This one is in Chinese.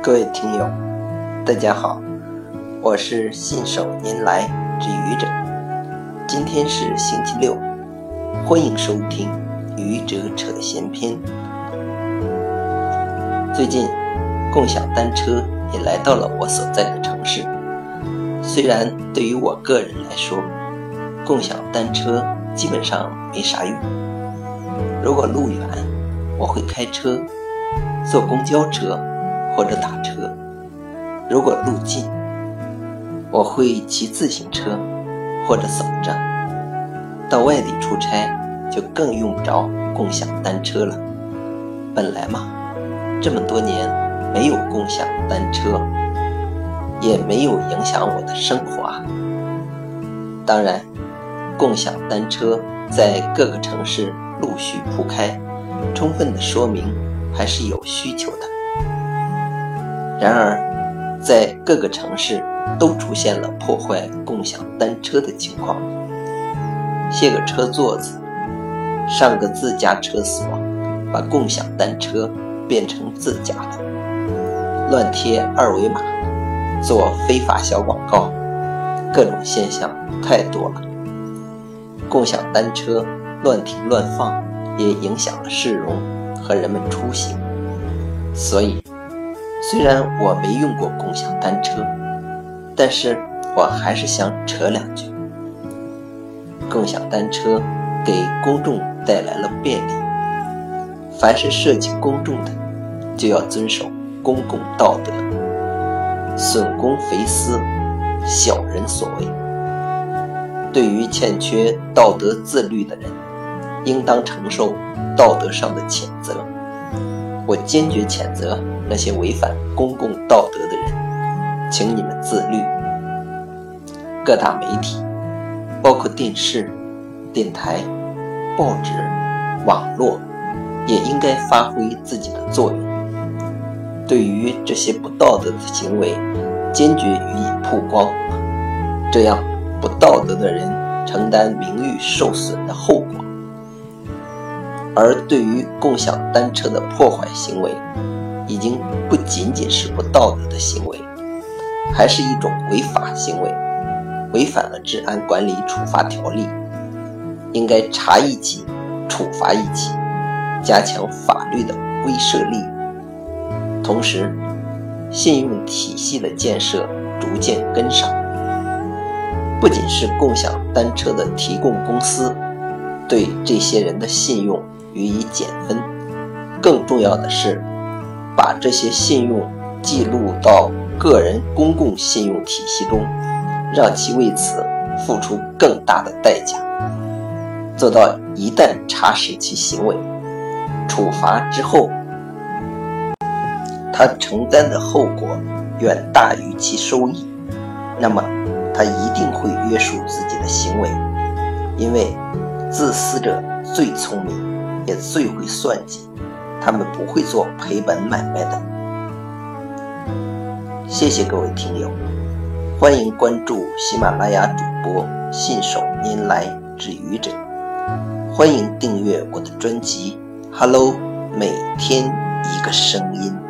各位听友，大家好，我是信手拈来之愚者。今天是星期六，欢迎收听愚者扯闲篇。最近共享单车也来到了我所在的城市，虽然对于我个人来说，共享单车基本上没啥用。如果路远，我会开车、坐公交车或者打车；如果路近，我会骑自行车或者走着。到外地出差就更用不着共享单车了。本来嘛，这么多年没有共享单车，也没有影响我的生活啊。当然，共享单车在各个城市陆续铺开，充分的说明还是有需求的。然而，在各个城市都出现了破坏共享单车的情况，卸个车座子，上个自家车锁，把共享单车变成自家的，乱贴二维码，做非法小广告，各种现象太多了。共享单车乱停乱放，也影响了市容和人们出行。所以虽然我没用过共享单车，但是我还是想扯两句。共享单车给公众带来了便利，凡是涉及公众的，就要遵守公共道德，损公肥私，小人所为。对于欠缺道德自律的人，应当承受道德上的谴责。我坚决谴责那些违反公共道德的人，请你们自律。各大媒体，包括电视、电台、报纸、网络，也应该发挥自己的作用。对于这些不道德的行为，坚决予以曝光，这样不道德的人承担名誉受损的后果。而对于共享单车的破坏行为，已经不仅仅是不道德的行为，还是一种违法行为，违反了治安管理处罚条例，应该查一起，处罚一起，加强法律的威慑力。同时，信用体系的建设逐渐跟上。不仅是共享单车的提供公司对这些人的信用予以减分，更重要的是把这些信用记录到个人公共信用体系中，让其为此付出更大的代价，做到一旦查实其行为，处罚之后，他承担的后果远大于其收益，那么他一定会约束自己的行为，因为自私者最聪明，也最会算计，他们不会做赔本买卖的。谢谢各位听友，欢迎关注喜马拉雅主播信手拈来之愚者，欢迎订阅我的专辑 Hello， 每天一个声音。